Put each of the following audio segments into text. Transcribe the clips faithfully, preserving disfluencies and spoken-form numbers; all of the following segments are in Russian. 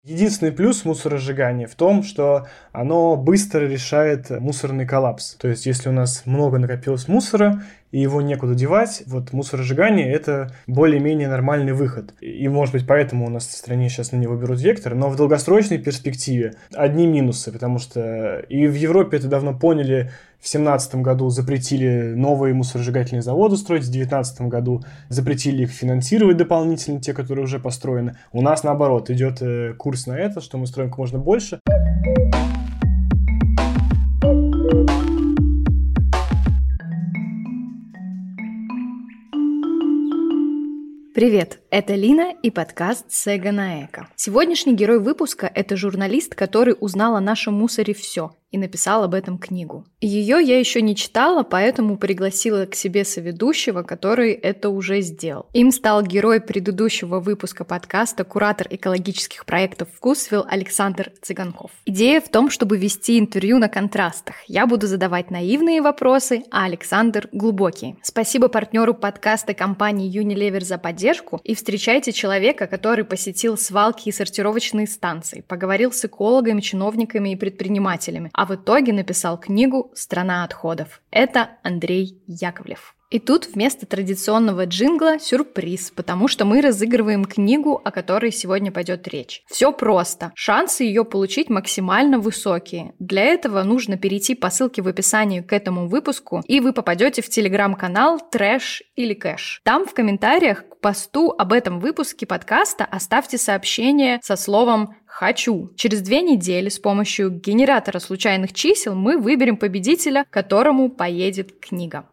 Единственный плюс мусоросжигания в том, что оно быстро решает мусорный коллапс. То есть, если у нас много накопилось мусора, и его некуда девать, вот мусоросжигание – это более-менее нормальный выход. И, может быть, поэтому у нас в стране сейчас на него берут вектор, но в долгосрочной перспективе одни минусы, потому что и в Европе это давно поняли. В семнадцатом году запретили новые мусоросжигательные заводы строить, в девятнадцатом году запретили их финансировать дополнительно, те, которые уже построены. У нас, наоборот, идет курс на это, что мы строим как можно больше. Привет, это Лина и подкаст «Сега на Эко». Сегодняшний герой выпуска – это журналист, который узнал о нашем мусоре все и написал об этом книгу. Ее я еще не читала, поэтому пригласила к себе соведущего, который это уже сделал. Им стал герой предыдущего выпуска подкаста, куратор экологических проектов «Вкусвилл» Александр Цыганков. Идея в том, чтобы вести интервью на контрастах. Я буду задавать наивные вопросы, а Александр – глубокие. Спасибо партнеру подкаста компании Unilever за поддержку, и встречайте человека, который посетил свалки и сортировочные станции, поговорил с экологами, чиновниками и предпринимателями, а в итоге написал книгу «Страна отходов». Это Андрей Яковлев. И тут вместо традиционного джингла сюрприз, потому что мы разыгрываем книгу, о которой сегодня пойдет речь. Все просто. Шансы ее получить максимально высокие. Для этого нужно перейти по ссылке в описании к этому выпуску, и вы попадете в телеграм-канал «Трэш или Кэш». Там в комментариях к посту об этом выпуске подкаста оставьте сообщение со словом «Хочу». Через две недели с помощью генератора случайных чисел мы выберем победителя, которому поедет книга.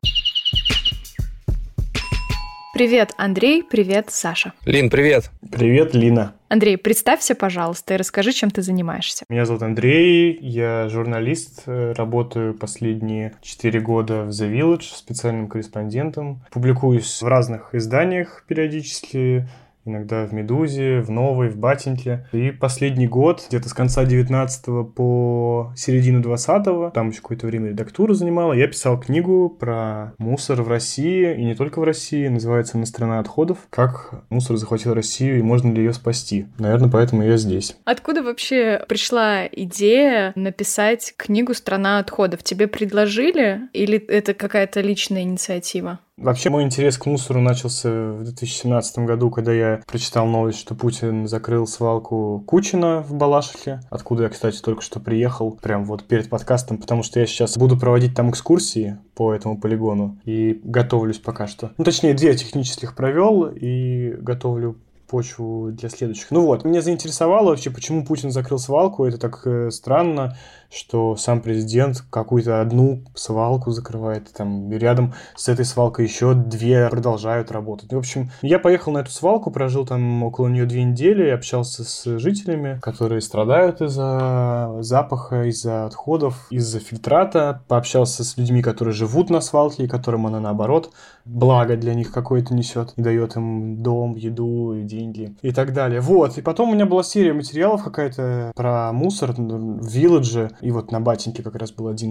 Привет, Андрей, привет, Саша. Лин, привет. Привет, Лина. Андрей, представься, пожалуйста, и расскажи, чем ты занимаешься. Меня зовут Андрей, я журналист, работаю последние четыре года в The Village специальным корреспондентом. Публикуюсь в разных изданиях периодически, иногда в «Медузе», в «Новой», в «Батеньке». И последний год, где-то с конца девятнадцатого по середину двадцатого, там еще какое-то время редактуру занимала, я писал книгу про мусор в России, и не только в России, называется она «Страна отходов. Как мусор захватил Россию и можно ли ее спасти». Наверное, поэтому я здесь. Откуда вообще пришла идея написать книгу «Страна отходов»? Тебе предложили или это какая-то личная инициатива? Вообще, мой интерес к мусору начался в две тысячи семнадцатом году, когда я прочитал новость, что Путин закрыл свалку Кучина в Балашихе, откуда я, кстати, только что приехал, прям вот перед подкастом, потому что я сейчас буду проводить там экскурсии по этому полигону и готовлюсь пока что. Ну, точнее, две технических провел и готовлю почву для следующих. Ну вот, меня заинтересовало вообще, почему Путин закрыл свалку. Это так э, странно, что сам президент какую-то одну свалку закрывает, там рядом с этой свалкой еще две продолжают работать. В общем, я поехал на эту свалку, прожил там около нее две недели, общался с жителями, которые страдают из-за запаха, из-за отходов, из-за фильтрата, пообщался с людьми, которые живут на свалке, и которым она, наоборот, благо для них какое-то несет, и дает им дом, еду, деньги и так далее. Вот, и потом у меня была серия материалов какая-то про мусор в Вилладже, и вот на Батеньке как раз был один.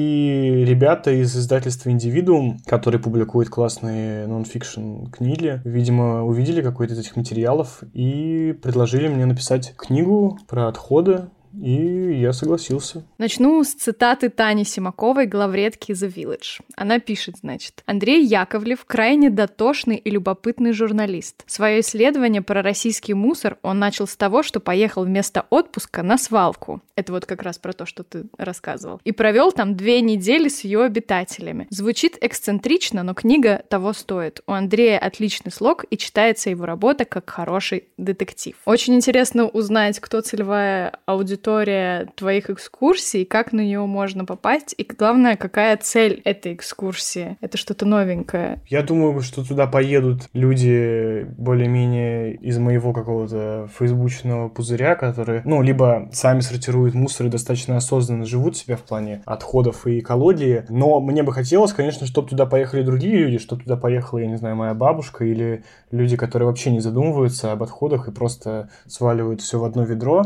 И ребята из издательства «Индивидуум», которые публикуют классные нон-фикшн книги, видимо, увидели какой-то из этих материалов и предложили мне написать книгу про отходы. И я согласился. Начну с цитаты Тани Симаковой, главредки The Village. Она пишет, значит: «Андрей Яковлев – крайне дотошный и любопытный журналист. Свое исследование про российский мусор он начал с того, что поехал вместо отпуска на свалку». Это вот как раз про то, что ты рассказывал. «И провел там две недели с ее обитателями. Звучит эксцентрично, но книга того стоит. У Андрея отличный слог, и читается его работа как хороший детектив». Очень интересно узнать, кто целевая аудитория твоих экскурсий, как на нее можно попасть, и главное, какая цель этой экскурсии. Это что-то новенькое. Я думаю, что туда поедут люди более-менее из моего какого-то фейсбучного пузыря, которые, ну, либо сами сортируют мусор и достаточно осознанно живут себя в плане отходов и экологии, но мне бы хотелось, конечно, чтобы туда поехали другие люди, чтобы туда поехала, я не знаю, моя бабушка или люди, которые вообще не задумываются об отходах и просто сваливают все в одно ведро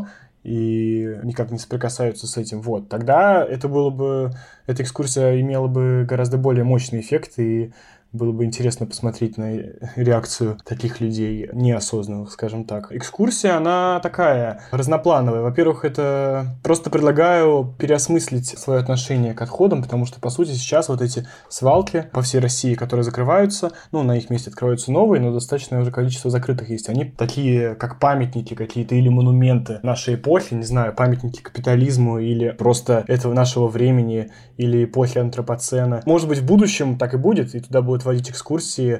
и никак не соприкасаются с этим. Вот. Тогда это было бы, эта экскурсия имела бы гораздо более мощный эффект, и Было бы интересно посмотреть на реакцию таких людей неосознанных, скажем так. Экскурсия, она такая разноплановая. Во-первых, это просто предлагаю переосмыслить свое отношение к отходам, потому что, по сути, сейчас вот эти свалки по всей России, которые закрываются, ну, на их месте открываются новые, но достаточное уже количество закрытых есть. Они такие, как памятники какие-то или монументы нашей эпохи, не знаю, памятники капитализму или просто этого нашего времени, или эпохи антропоцена. Может быть, в будущем так и будет, и туда будут водить экскурсии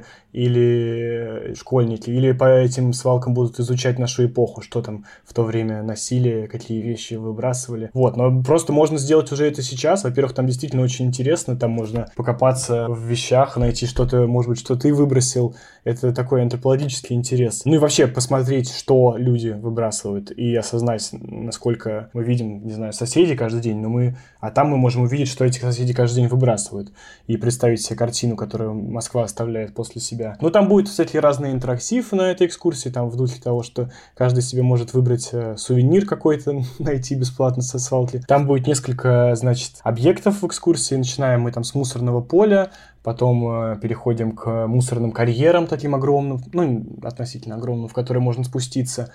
или школьники, или по этим свалкам будут изучать нашу эпоху, что там в то время носили, какие вещи выбрасывали. Вот, но просто можно сделать уже это сейчас. Во-первых, там действительно очень интересно, там можно покопаться в вещах, найти что-то, может быть, что ты выбросил. Это такой антропологический интерес. Ну и вообще посмотреть, что люди выбрасывают, и осознать, насколько мы видим, не знаю, соседей каждый день, но мы... А там мы можем увидеть, что эти соседи каждый день выбрасывают, и представить себе картину, которую Москва оставляет после себя. Ну, там будет, кстати, разный интерактив на этой экскурсии, там в духе того, что каждый себе может выбрать э, сувенир какой-то, найти бесплатно со свалки. Там будет несколько, значит, объектов в экскурсии. Начинаем мы там с мусорного поля, потом э, переходим к мусорным карьерам таким огромным, ну, относительно огромным, в которые можно спуститься.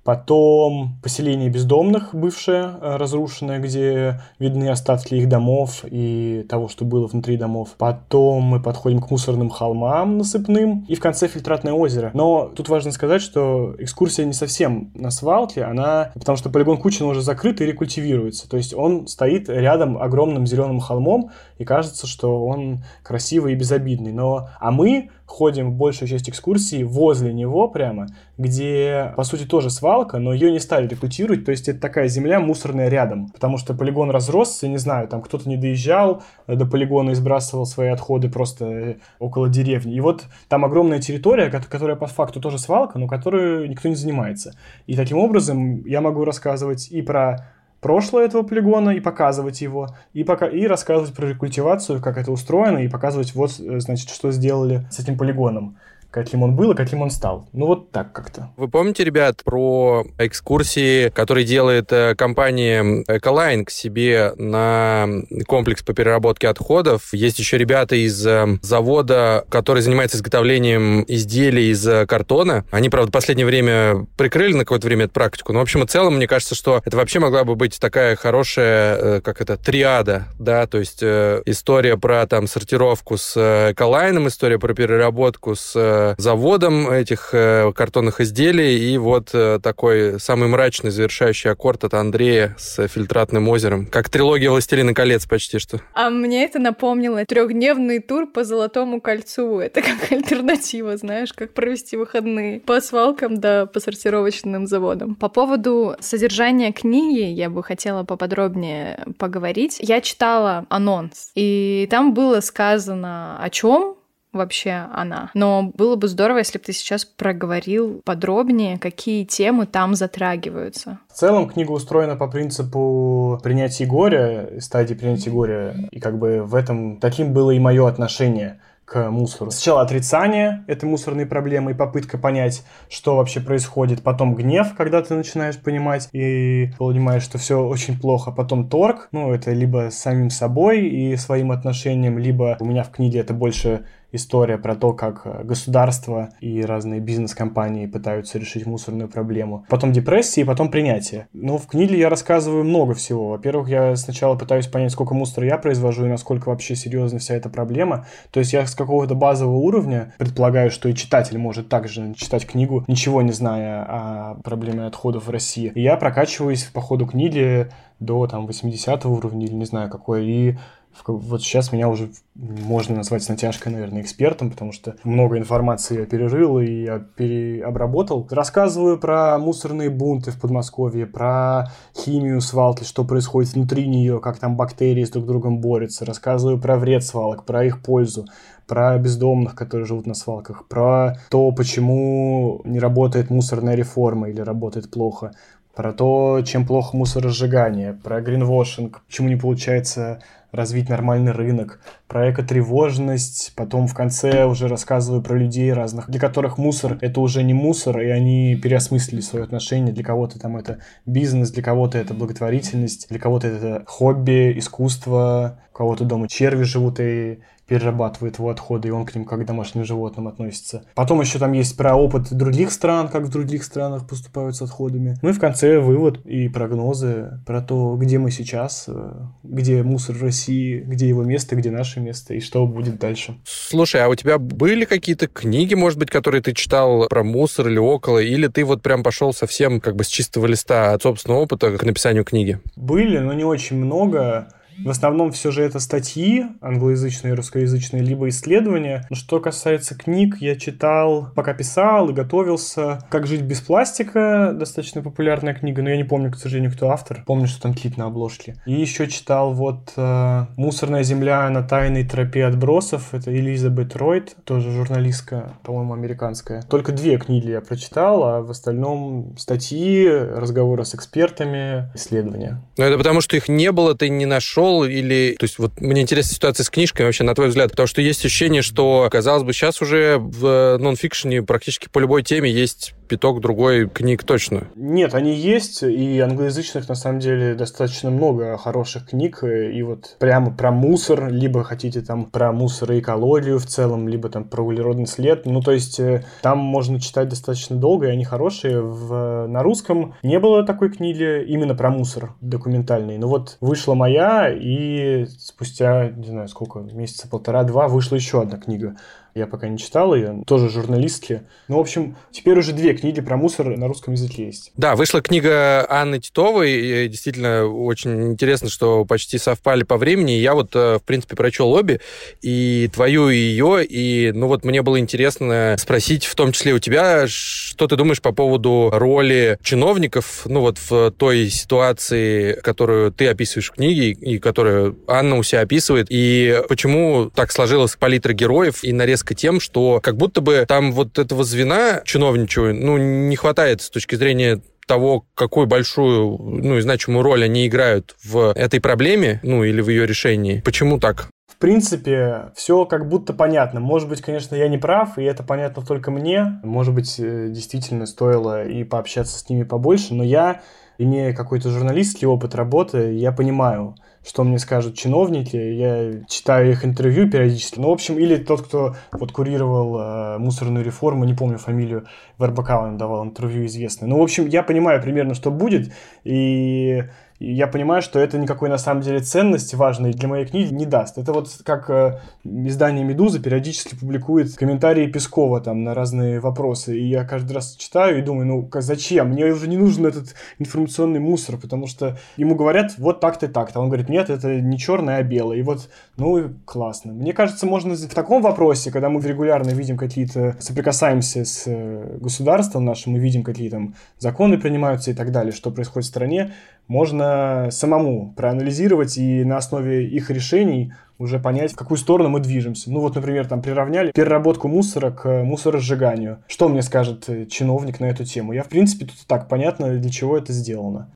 Потом поселение бездомных, бывшее, разрушенное, где видны остатки их домов и того, что было внутри домов. Потом мы подходим к мусорным холмам насыпным. И в конце фильтратное озеро. Но тут важно сказать, что экскурсия не совсем на свалке, она... потому что полигон Кучина уже закрыт и рекультивируется. То есть он стоит рядом огромным зеленым холмом, и кажется, что он красивый и безобидный. Но... А мы ходим большую часть экскурсии возле него прямо, где, по сути, тоже свалка, но ее не стали рекультивировать, то есть это такая земля мусорная рядом, потому что полигон разросся, не знаю, там кто-то не доезжал до полигона и сбрасывал свои отходы просто около деревни. И вот там огромная территория, которая по факту тоже свалка, но которую никто не занимается. И таким образом я могу рассказывать и про прошлое этого полигона, и показывать его, и, пока, и рассказывать про рекультивацию, как это устроено, и показывать, вот, значит, что сделали с этим полигоном. Каким он был и каким он стал. Ну, вот так как-то. Вы помните, ребят, про экскурсии, которые делает компания Эколайн к себе на комплекс по переработке отходов? Есть еще ребята из завода, который занимается изготовлением изделий из картона. Они, правда, в последнее время прикрыли на какое-то время эту практику. Но, в общем и целом, мне кажется, что это вообще могла бы быть такая хорошая, как это, триада, да, то есть история про там сортировку с Эколайном, история про переработку с заводом этих э, картонных изделий, и вот э, такой самый мрачный завершающий аккорд от Андрея с фильтратным озером. Как трилогия «Властелина колец» почти что. А мне это напомнило трехдневный тур по Золотому кольцу. Это как альтернатива, знаешь, как провести выходные по свалкам да по сортировочным заводам. По поводу содержания книги я бы хотела поподробнее поговорить. Я читала анонс, и там было сказано о чем вообще она. Но было бы здорово, если бы ты сейчас проговорил подробнее, какие темы там затрагиваются. В целом книга устроена по принципу принятия горя, стадии принятия горя, и как бы в этом таким было и мое отношение к мусору. Сначала отрицание этой мусорной проблемы и попытка понять, что вообще происходит. Потом гнев, когда ты начинаешь понимать и понимаешь, что все очень плохо. Потом торг, ну это либо с самим собой и своим отношением, либо у меня в книге это больше история про то, как государство и разные бизнес-компании пытаются решить мусорную проблему. Потом депрессия и потом принятие. Но в книге я рассказываю много всего. Во-первых, я сначала пытаюсь понять, сколько мусора я произвожу и насколько вообще серьезна вся эта проблема. То есть я с какого-то базового уровня предполагаю, что и читатель может также читать книгу, ничего не зная о проблеме отходов в России. И я прокачиваюсь по ходу книги до там восьмидесятого уровня или не знаю какой, и вот сейчас меня уже можно назвать с натяжкой, наверное, экспертом, потому что много информации я перерыл и я переобработал. Рассказываю про мусорные бунты в Подмосковье, про химию свалки, что происходит внутри нее, как там бактерии с друг другом борются. Рассказываю про вред свалок, про их пользу, про бездомных, которые живут на свалках, про то, почему не работает мусорная реформа или работает плохо, про то, чем плохо мусоросжигание, про гринвошинг, почему не получается развить нормальный рынок, про экотревожность, потом в конце уже рассказываю про людей разных, для которых мусор — это уже не мусор, и они переосмыслили свое отношение, для кого-то там это бизнес, для кого-то это благотворительность, для кого-то это хобби, искусство, у кого-то дома черви живут и перерабатывает его отходы, и он к ним как к домашним животным относится. Потом еще там есть про опыт других стран, как в других странах поступают с отходами. Ну и в конце вывод и прогнозы про то, где мы сейчас, где мусор в России, где его место, где наше место, и что будет дальше. Слушай, а у тебя были какие-то книги, может быть, которые ты читал про мусор или около, или ты вот прям пошел совсем как бы с чистого листа от собственного опыта к написанию книги? Были, но не очень много. В основном все же это статьи англоязычные, русскоязычные, либо исследования. Но что касается книг, я читал, пока писал и готовился. «Как жить без пластика», достаточно популярная книга, но я не помню, к сожалению, кто автор. Помню, что там кит на обложке. И еще читал вот э, «Мусорная земля на тайной тропе отбросов». Это Элизабет Ройт, тоже журналистка, по-моему, американская. Только две книги я прочитал, а в остальном статьи, разговоры с экспертами, исследования. Ну, это потому, что их не было, ты не нашел, или... То есть вот мне интересна ситуация с книжкой вообще, на твой взгляд, потому что есть ощущение, что, казалось бы, сейчас уже в нон-фикшене практически по любой теме есть пяток другой книг точно. Нет, они есть, и англоязычных, на самом деле, достаточно много хороших книг, и вот прямо про мусор, либо хотите там про мусор и экологию в целом, либо там про углеродный след, ну, то есть там можно читать достаточно долго, и они хорошие. В... На русском не было такой книги именно про мусор документальной, но вот вышла моя, и спустя, не знаю, сколько, месяца полтора-два вышла еще одна книга. Я пока не читал ее, тоже журналистки. Ну, в общем, теперь уже две книги про мусор на русском языке есть. Да, вышла книга Анны Титовой, и действительно очень интересно, что почти совпали по времени. Я вот, в принципе, прочел обе, и твою, и ее, и, ну, вот мне было интересно спросить, в том числе у тебя, что ты думаешь по поводу роли чиновников, ну, вот в той ситуации, которую ты описываешь в книге, и которую Анна у себя описывает, и почему так сложилась палитра героев и нарезка тем, что как будто бы там вот этого звена чиновничего, ну, не хватает с точки зрения того, какую большую, ну, и значимую роль они играют в этой проблеме, ну, или в ее решении. Почему так? В принципе, все как будто понятно. Может быть, конечно, я не прав, и это понятно только мне. Может быть, действительно стоило и пообщаться с ними побольше, но я, имея какой-то журналистский опыт работы, я понимаю, что мне скажут чиновники, я читаю их интервью периодически. Ну, в общем, или тот, кто вот курировал э, мусорную реформу, не помню фамилию, в эр бэ ка он давал интервью известное. Ну, в общем, я понимаю примерно, что будет, и... И я понимаю, что это никакой на самом деле ценности важной для моей книги не даст. Это вот как э, издание «Медуза» периодически публикует комментарии Пескова там на разные вопросы. И я каждый раз читаю и думаю, ну зачем? Мне уже не нужен этот информационный мусор, потому что ему говорят вот так-то и так-то. А он говорит, нет, это не черное, а белое. И вот, ну классно. Мне кажется, можно в таком вопросе, когда мы регулярно видим какие-то, соприкасаемся с государством нашим, мы видим, какие там законы принимаются и так далее, что происходит в стране, можно самому проанализировать и на основе их решений уже понять, в какую сторону мы движемся. Ну вот, например, там приравняли переработку мусора к мусоросжиганию. Что мне скажет чиновник на эту тему? Я, в принципе, тут и так понятно, для чего это сделано.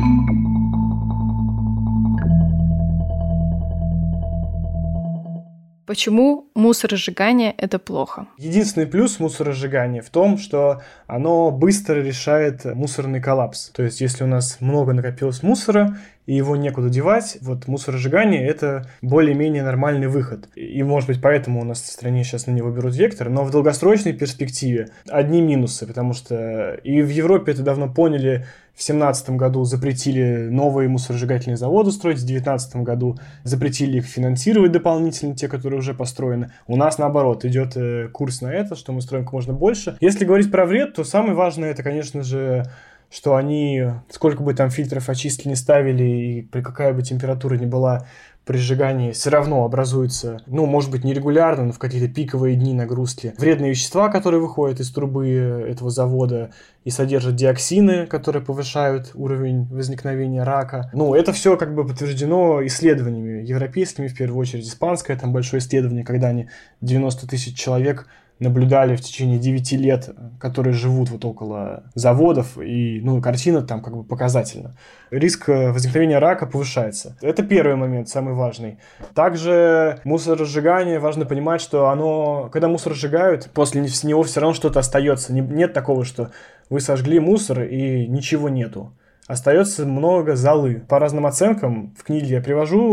Почему мусоросжигание – это плохо? Единственный плюс мусоросжигания в том, что оно быстро решает мусорный коллапс. То есть, если у нас много накопилось мусора, и его некуда девать, вот мусоросжигание – это более-менее нормальный выход. И, может быть, поэтому у нас в стране сейчас на него берут вектор, но в долгосрочной перспективе одни минусы, потому что и в Европе это давно поняли. В семнадцатом году запретили новые мусоросжигательные заводы строить, в девятнадцатом году запретили их финансировать дополнительно, те, которые уже построены. У нас, наоборот, идет курс на это, что мы строим как можно больше. Если говорить про вред, то самое важное – это, конечно же, что они, сколько бы там фильтров очистки не ставили и при какая бы температура ни была при сжигании, все равно образуются, ну, может быть, нерегулярно, но в какие-то пиковые дни нагрузки, вредные вещества, которые выходят из трубы этого завода и содержат диоксины, которые повышают уровень возникновения рака. Ну, это все как бы подтверждено исследованиями европейскими, в первую очередь испанское, там большое исследование, когда они девяносто тысяч человек наблюдали в течение девяти лет, которые живут вот около заводов, и, ну, картина там как бы показательна. Риск возникновения рака повышается. Это первый момент, самый важный. Также мусоросжигание, важно понимать, что оно, когда мусор сжигают, после него все равно что-то остается. Нет такого, что вы сожгли мусор и ничего нету. Остается много золы. По разным оценкам, в книге я привожу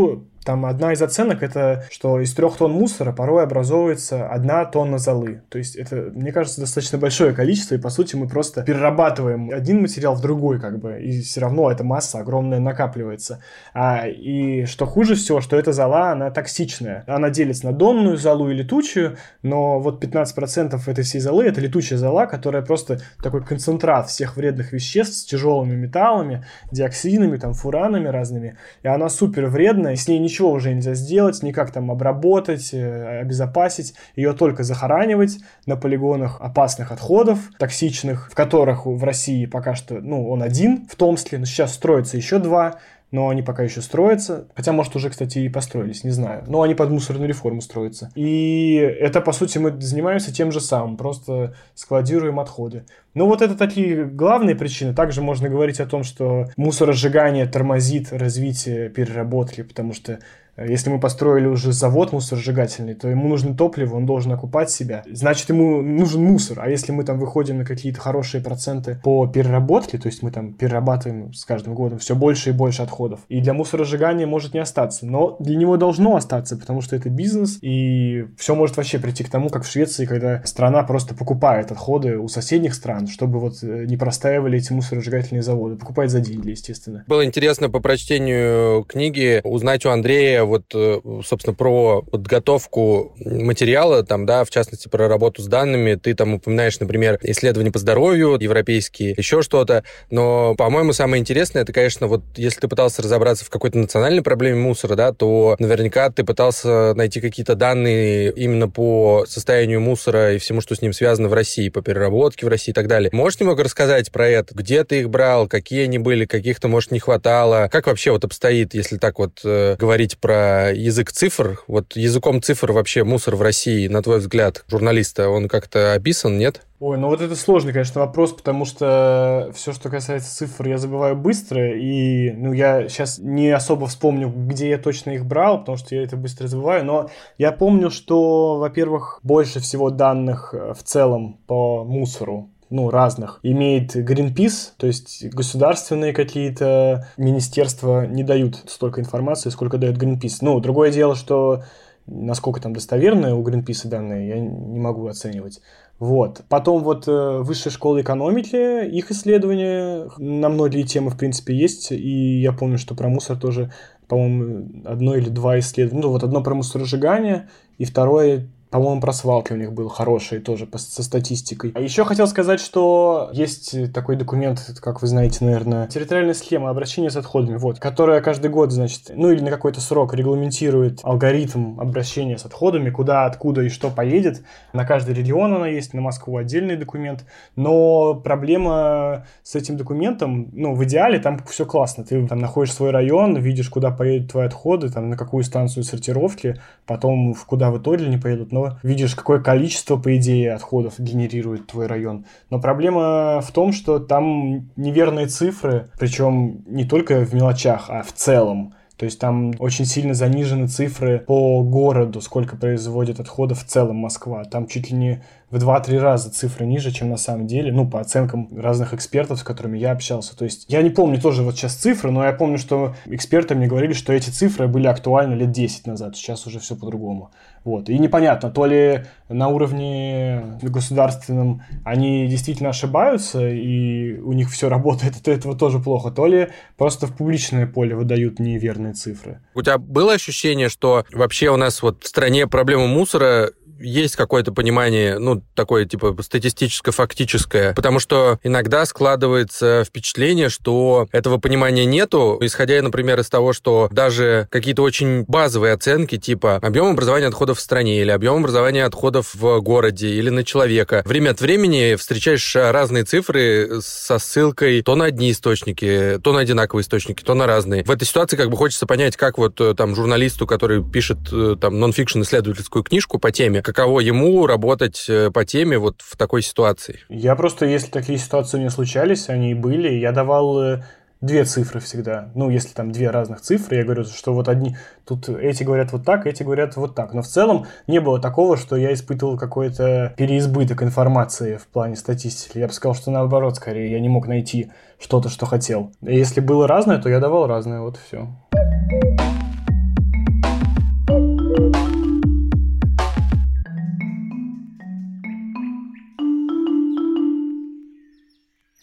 Там одна из оценок — это, что из трех тонн мусора порой образовывается одна тонна золы. То есть это, мне кажется, достаточно большое количество, и по сути мы просто перерабатываем один материал в другой, как бы, и все равно эта масса огромная накапливается. А, и что хуже всего, что эта зола, она токсичная. Она делится на донную золу и летучую, но вот пятнадцать процентов этой всей золы — это летучая зола, которая просто такой концентрат всех вредных веществ с тяжелыми металлами, диоксинами, там, фуранами разными. И она супер вредная, и с ней ничего уже нельзя сделать, никак там обработать, обезопасить. Ее только захоранивать на полигонах опасных отходов, токсичных, в которых в России пока что, ну, он один в Томске, но сейчас строится еще два. Но они пока еще строятся. Хотя, может, уже, кстати, и построились, не знаю. Но они под мусорную реформу строятся. И это, по сути, мы занимаемся тем же самым. Просто складируем отходы. Ну, вот это такие главные причины. Также можно говорить о том, что мусоросжигание тормозит развитие переработки, потому что если мы построили уже завод мусоросжигательный, то ему нужно топливо, он должен окупать себя. Значит, ему нужен мусор. А если мы там выходим на какие-то хорошие проценты по переработке, то есть мы там перерабатываем с каждым годом все больше и больше отходов, и для мусоросжигания может не остаться. Но для него должно остаться, потому что это бизнес, и все может вообще прийти к тому, как в Швеции, когда страна просто покупает отходы у соседних стран, чтобы вот не простаивали эти мусоросжигательные заводы. Покупает за деньги, естественно. Было интересно по прочтению книги узнать у Андрея вот, собственно, про подготовку материала, там, да, в частности, про работу с данными. Ты там упоминаешь, например, исследования по здоровью, европейские, еще что-то. Но, по-моему, самое интересное, это, конечно, вот если ты пытался разобраться в какой-то национальной проблеме мусора, да, то наверняка ты пытался найти какие-то данные именно по состоянию мусора и всему, что с ним связано в России, по переработке в России и так далее. Можешь немного рассказать про это? Где ты их брал? Какие они были? Каких-то, может, не хватало? Как вообще вот обстоит, если так вот э, говорить про язык цифр? Вот языком цифр вообще мусор в России, на твой взгляд, журналиста, он как-то описан, нет? Ой, ну вот это сложный, конечно, вопрос, потому что все, что касается цифр, я забываю быстро, и ну, я сейчас не особо вспомню, где я точно их брал, потому что я это быстро забываю, но я помню, что, во-первых, больше всего данных в целом по мусору, ну, разных, имеет Greenpeace, то есть государственные какие-то министерства не дают столько информации, сколько дает Greenpeace. Ну, другое дело, что насколько там достоверные у Greenpeace данные, я не могу оценивать. Вот. Потом вот э, Высшая школа экономики, их исследования на многие темы, в принципе, есть, и я помню, что про мусор тоже, по-моему, одно или два исследования. Ну, вот одно про мусоросжигание, и второе, по-моему, про свалки у них был хороший тоже по, со статистикой. А еще хотел сказать, что есть такой документ, как вы знаете, наверное, территориальная схема обращения с отходами, вот, которая каждый год, значит, ну или на какой-то срок регламентирует алгоритм обращения с отходами, куда, откуда и что поедет. На каждый регион она есть, на Москву отдельный документ. Но проблема с этим документом, ну, в идеале там все классно. Ты там находишь свой район, видишь, куда поедут твои отходы, там, на какую станцию сортировки, потом куда в итоге не поедут. Но видишь, какое количество, по идее, отходов генерирует твой район. Но проблема в том, что там неверные цифры, причем не только в мелочах, а в целом. То есть там очень сильно занижены цифры по городу, сколько производит отходов в целом Москва. Там чуть ли не в два-три раза цифры ниже, чем на самом деле, ну, по оценкам разных экспертов, с которыми я общался. То есть я не помню тоже вот сейчас цифры, но я помню, что эксперты мне говорили, что эти цифры были актуальны лет десять назад. Сейчас уже все по-другому. Вот. И непонятно, то ли на уровне государственном они действительно ошибаются, и у них все работает, от этого тоже плохо, то ли просто в публичное поле выдают неверные цифры. У тебя было ощущение, что вообще у нас вот в стране проблема мусора есть какое-то понимание, ну, такое, типа, статистическо-фактическое, потому что иногда складывается впечатление, что этого понимания нету, исходя, например, из того, что даже какие-то очень базовые оценки, типа объем образования отходов в стране или объем образования отходов в городе или на человека, время от времени встречаешь разные цифры со ссылкой то на одни источники, то на одинаковые источники, то на разные. В этой ситуации как бы хочется понять, как вот там журналисту, который пишет там нон-фикшн исследовательскую книжку по теме, каково ему работать по теме вот в такой ситуации? Я просто, если такие ситуации у меня случались, они были, я давал две цифры всегда. Ну, если там две разных цифры, я говорю, что вот одни, тут эти говорят вот так, эти говорят вот так. Но в целом не было такого, что я испытывал какой-то переизбыток информации в плане статистики. Я бы сказал, что наоборот, скорее, я не мог найти что-то, что хотел. Если было разное, то я давал разное, вот и все.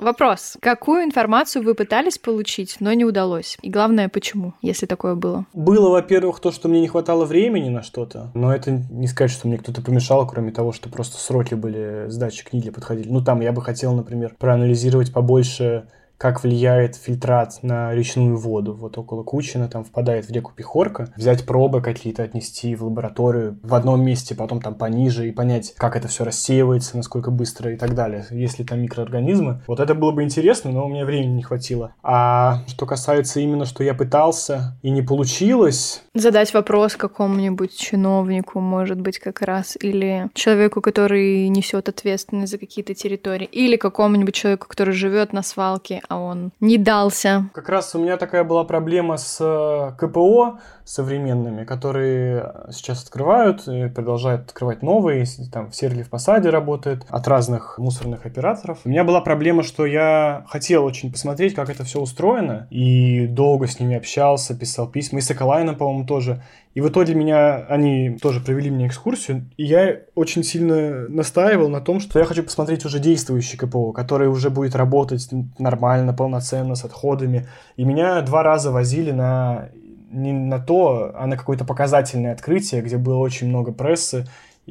Вопрос. Какую информацию вы пытались получить, но не удалось? И главное, почему, если такое было? Было, во-первых, то, что мне не хватало времени на что-то, но это не сказать, что мне кто-то помешал, кроме того, что просто сроки были, сдачи книги подходили. Ну, там я бы хотел, например, проанализировать побольше, как влияет фильтрат на речную воду. Вот около Кучина там впадает в реку Пехорка. Взять пробы какие-то, отнести в лабораторию в одном месте, потом там пониже, и понять, как это все рассеивается, насколько быстро и так далее. Есть ли там микроорганизмы. Вот это было бы интересно, но у меня времени не хватило. А что касается именно, что я пытался и не получилось... Задать вопрос какому-нибудь чиновнику, может быть, как раз, или человеку, который несет ответственность за какие-то территории, или какому-нибудь человеку, который живет на свалке, а он не дался. Как раз у меня такая была проблема с КПО современными, которые сейчас открывают и продолжают открывать новые. Там в Серле в Посаде работает от разных мусорных операторов. У меня была проблема, что я хотел очень посмотреть, как это все устроено, и долго с ними общался, писал письма, и с Эколайном, по-моему, тоже. И в итоге меня, они тоже провели мне экскурсию, и я очень сильно настаивал на том, что я хочу посмотреть уже действующий КПО, который уже будет работать нормально, полноценно, с отходами. И меня два раза возили на не на то, а на какое-то показательное открытие, где было очень много прессы,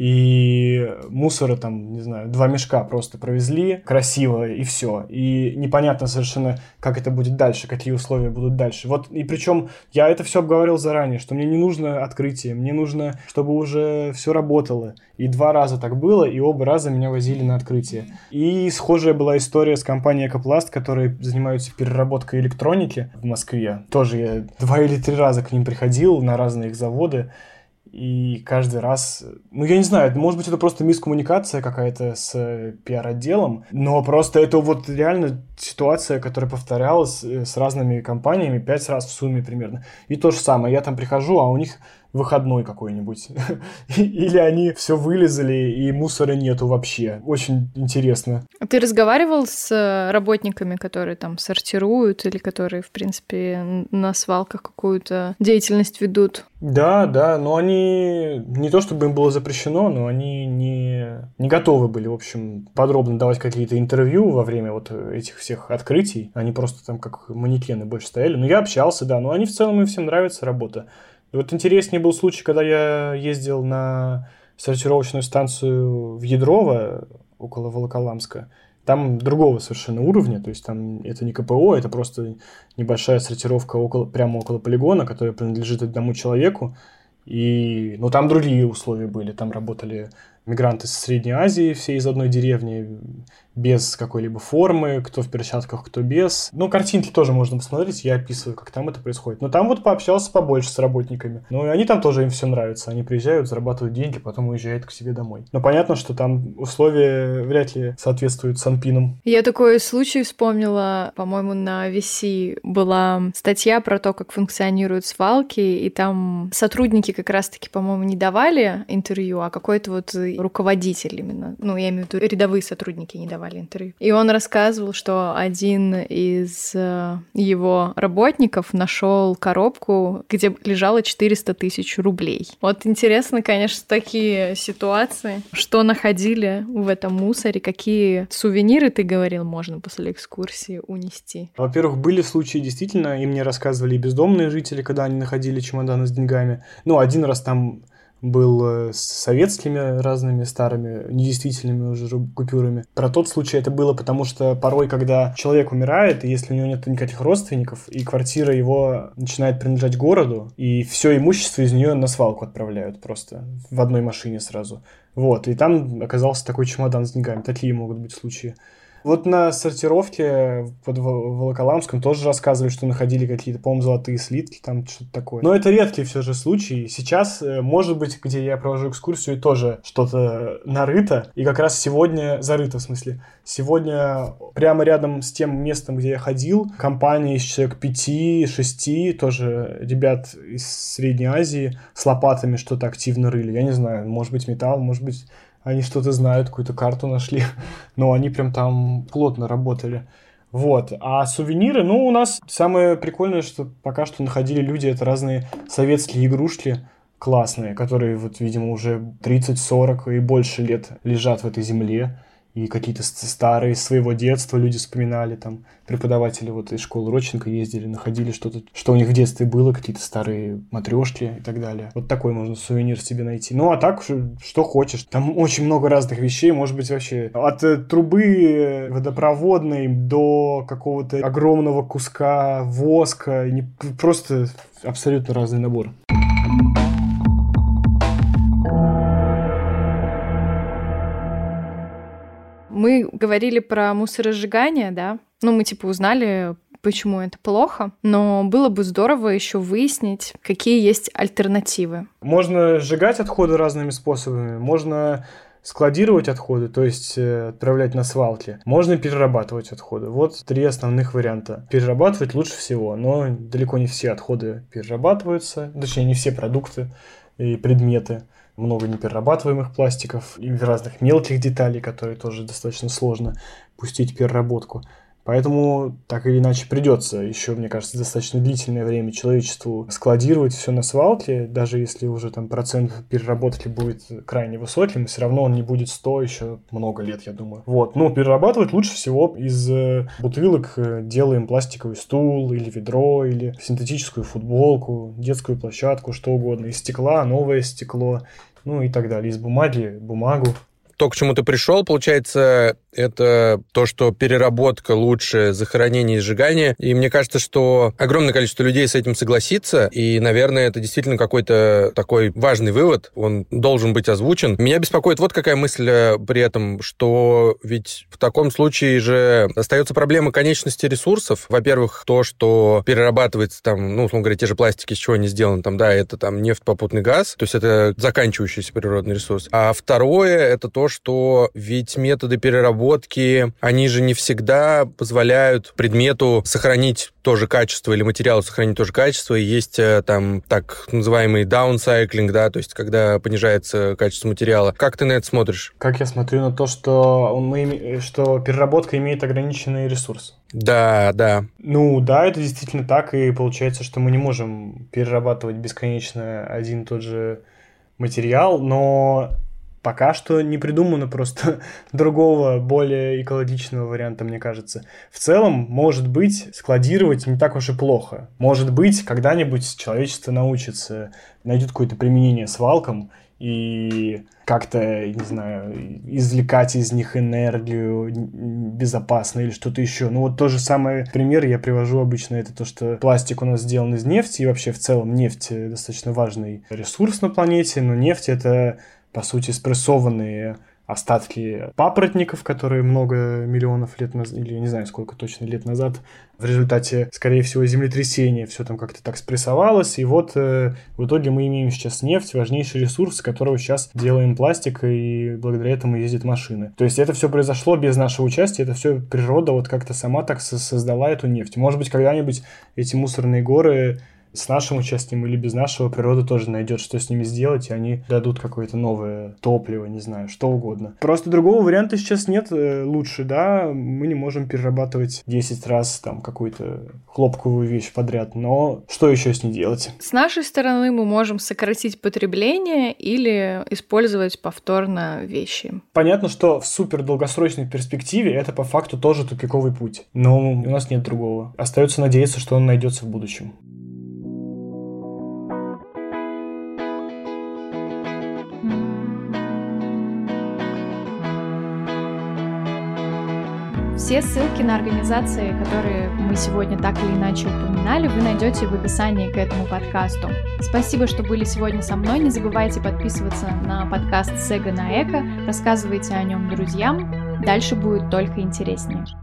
и мусора там, не знаю, два мешка просто провезли красиво, и все. И непонятно совершенно, как это будет дальше, какие условия будут дальше. Вот, и причем я это все обговорил заранее, что мне не нужно открытие, мне нужно, чтобы уже все работало. И два раза так было, и оба раза меня возили на открытие. И схожая была история с компанией «Экопласт», которые занимаются переработкой электроники в Москве. Тоже я два или три раза к ним приходил на разные их заводы. И каждый раз... Ну, я не знаю, может быть, это просто мискоммуникация какая-то с пиар-отделом, но просто это вот реально ситуация, которая повторялась с разными компаниями пять раз в сумме примерно. И то же самое. Я там прихожу, а у них выходной какой-нибудь. Или они все вылезали, и мусора нету вообще. Очень интересно. Ты разговаривал с работниками, которые там сортируют или которые, в принципе, на свалках какую-то деятельность ведут? Да, да, но они... Не то чтобы им было запрещено, но они не, не готовы были, в общем, подробно давать какие-то интервью во время вот этих всех открытий. Они просто там как манекены больше стояли. Но я общался, да, но они в целом, им всем нравится работа. И вот интереснее был случай, когда я ездил на сортировочную станцию в Ядрово, около Волоколамска. Там другого совершенно уровня, то есть там это не КПО, это просто небольшая сортировка около, прямо около полигона, которая принадлежит одному человеку. И, ну, там другие условия были, там работали мигранты из Средней Азии, все из одной деревни, без какой-либо формы, кто в перчатках, кто без. Ну, картинки тоже можно посмотреть, я описываю, как там это происходит. Но там вот пообщался побольше с работниками. Ну, и они там тоже, им все нравится. Они приезжают, зарабатывают деньги, потом уезжают к себе домой. Но понятно, что там условия вряд ли соответствуют Санпинам. Я такой случай вспомнила, по-моему, на ви си была статья про то, как функционируют свалки, и там сотрудники как раз-таки, по-моему, не давали интервью, а какой-то вот руководитель именно, ну, я имею в виду рядовые сотрудники не давали интервью. И он рассказывал, что один из его работников нашел коробку, где лежало четыреста тысяч рублей. Вот интересно, конечно, такие ситуации, что находили в этом мусоре, какие сувениры, ты говорил, можно после экскурсии унести. Во-первых, были случаи, действительно, и мне рассказывали и бездомные жители, когда они находили чемоданы с деньгами. Ну, один раз там был с советскими разными старыми, недействительными уже купюрами. Про тот случай это было, потому что порой, когда человек умирает, и если у него нет никаких родственников, и квартира его начинает принадлежать городу, и все имущество из нее на свалку отправляют просто в одной машине сразу. Вот, и там оказался такой чемодан с деньгами. Такие могут быть случаи. Вот на сортировке под Волоколамском тоже рассказывали, что находили какие-то, по-моему, золотые слитки, там что-то такое. Но это редкие все же случаи. Сейчас, может быть, где я провожу экскурсию, тоже что-то нарыто. И как раз сегодня, зарыто в смысле, сегодня прямо рядом с тем местом, где я ходил, компания из человек пяти-шести, тоже ребят из Средней Азии, с лопатами что-то активно рыли. Я не знаю, может быть, металл, может быть... Они что-то знают, какую-то карту нашли, но они прям там плотно работали. Вот. А сувениры, ну, у нас самое прикольное, что пока что находили люди, это разные советские игрушки классные, которые, вот, видимо, уже тридцать-сорок и больше лет лежат в этой земле. и какие-то старые своего детства люди вспоминали, там, преподаватели вот из школы Родченко ездили, находили что-то, что у них в детстве было, какие-то старые матрешки и так далее. Вот такой можно сувенир себе найти. Ну, а так, что хочешь. Там очень много разных вещей, может быть, вообще от трубы водопроводной до какого-то огромного куска воска, просто абсолютно разный набор. Мы говорили про мусоросжигание, да? Ну, мы типа узнали, почему это плохо, но было бы здорово еще выяснить, какие есть альтернативы. Можно сжигать отходы разными способами, можно складировать отходы, то есть отправлять на свалки. Можно перерабатывать отходы. Вот три основных варианта. Перерабатывать лучше всего, но далеко не все отходы перерабатываются, точнее, не все продукты и предметы. Много неперерабатываемых пластиков и разных мелких деталей, которые тоже достаточно сложно пустить в переработку. Поэтому так или иначе придется еще, мне кажется, достаточно длительное время человечеству складировать все на свалке, даже если уже там процент переработки будет крайне высоким, все равно он не будет сто еще много лет, я думаю. Вот, но перерабатывать лучше всего из бутылок делаем пластиковый стул или ведро, или синтетическую футболку, детскую площадку, что угодно. Из стекла новое стекло, ну и так далее. Из бумаги бумагу. То, к чему ты пришел, получается, это то, что переработка лучше захоронения и сжигания. И мне кажется, что огромное количество людей с этим согласится. И, наверное, это действительно какой-то такой важный вывод. Он должен быть озвучен. Меня беспокоит вот какая мысль при этом, что ведь в таком случае же остается проблема конечности ресурсов. Во-первых, то, что перерабатывается там, ну, условно говоря, те же пластики, из чего они сделаны, там, да, это там нефть, попутный газ. То есть это заканчивающийся природный ресурс. А второе, это то, что ведь методы переработки, они же не всегда позволяют предмету сохранить то же качество или материалу сохранить то же качество. И есть там так называемый даунсайклинг, да, то есть когда понижается качество материала. Как ты на это смотришь? Как я смотрю на то, что, мы, что переработка имеет ограниченный ресурс? Да, да. Ну да, это действительно так, и получается, что мы не можем перерабатывать бесконечно один и тот же материал, но пока что не придумано просто другого, более экологичного варианта, мне кажется. В целом, может быть, складировать не так уж и плохо. Может быть, когда-нибудь человечество научится, найдет какое-то применение свалкам и как-то, не знаю, извлекать из них энергию безопасно или что-то еще. Ну вот тот же самый пример я привожу обычно, это то, что пластик у нас сделан из нефти, и вообще в целом нефть достаточно важный ресурс на планете, но нефть — это, по сути, спрессованные остатки папоротников, которые много миллионов лет назад, или не знаю, сколько точно лет назад, в результате, скорее всего, землетрясения все там как-то так спрессовалось, и вот э, в итоге мы имеем сейчас нефть, важнейший ресурс, из которого сейчас делаем пластик, и благодаря этому ездят машины. То есть это все произошло без нашего участия, это все природа вот как-то сама так создала эту нефть. Может быть, когда-нибудь эти мусорные горы с нашим участием или без нашего природа тоже найдет, что с ними сделать, и они дадут какое-то новое топливо, не знаю, что угодно. Просто другого варианта сейчас нет лучше, да, мы не можем перерабатывать десять раз там какую-то хлопковую вещь подряд, но что еще с ней делать? С нашей стороны мы можем сократить потребление или использовать повторно вещи. Понятно, что в супер долгосрочной перспективе это по факту тоже тупиковый путь, но у нас нет другого. Остается надеяться, что он найдется в будущем. Все ссылки на организации, которые мы сегодня так или иначе упоминали, вы найдете в описании к этому подкасту. Спасибо, что были сегодня со мной. Не забывайте подписываться на подкаст Сега на Эко, рассказывайте о нем друзьям. Дальше будет только интереснее.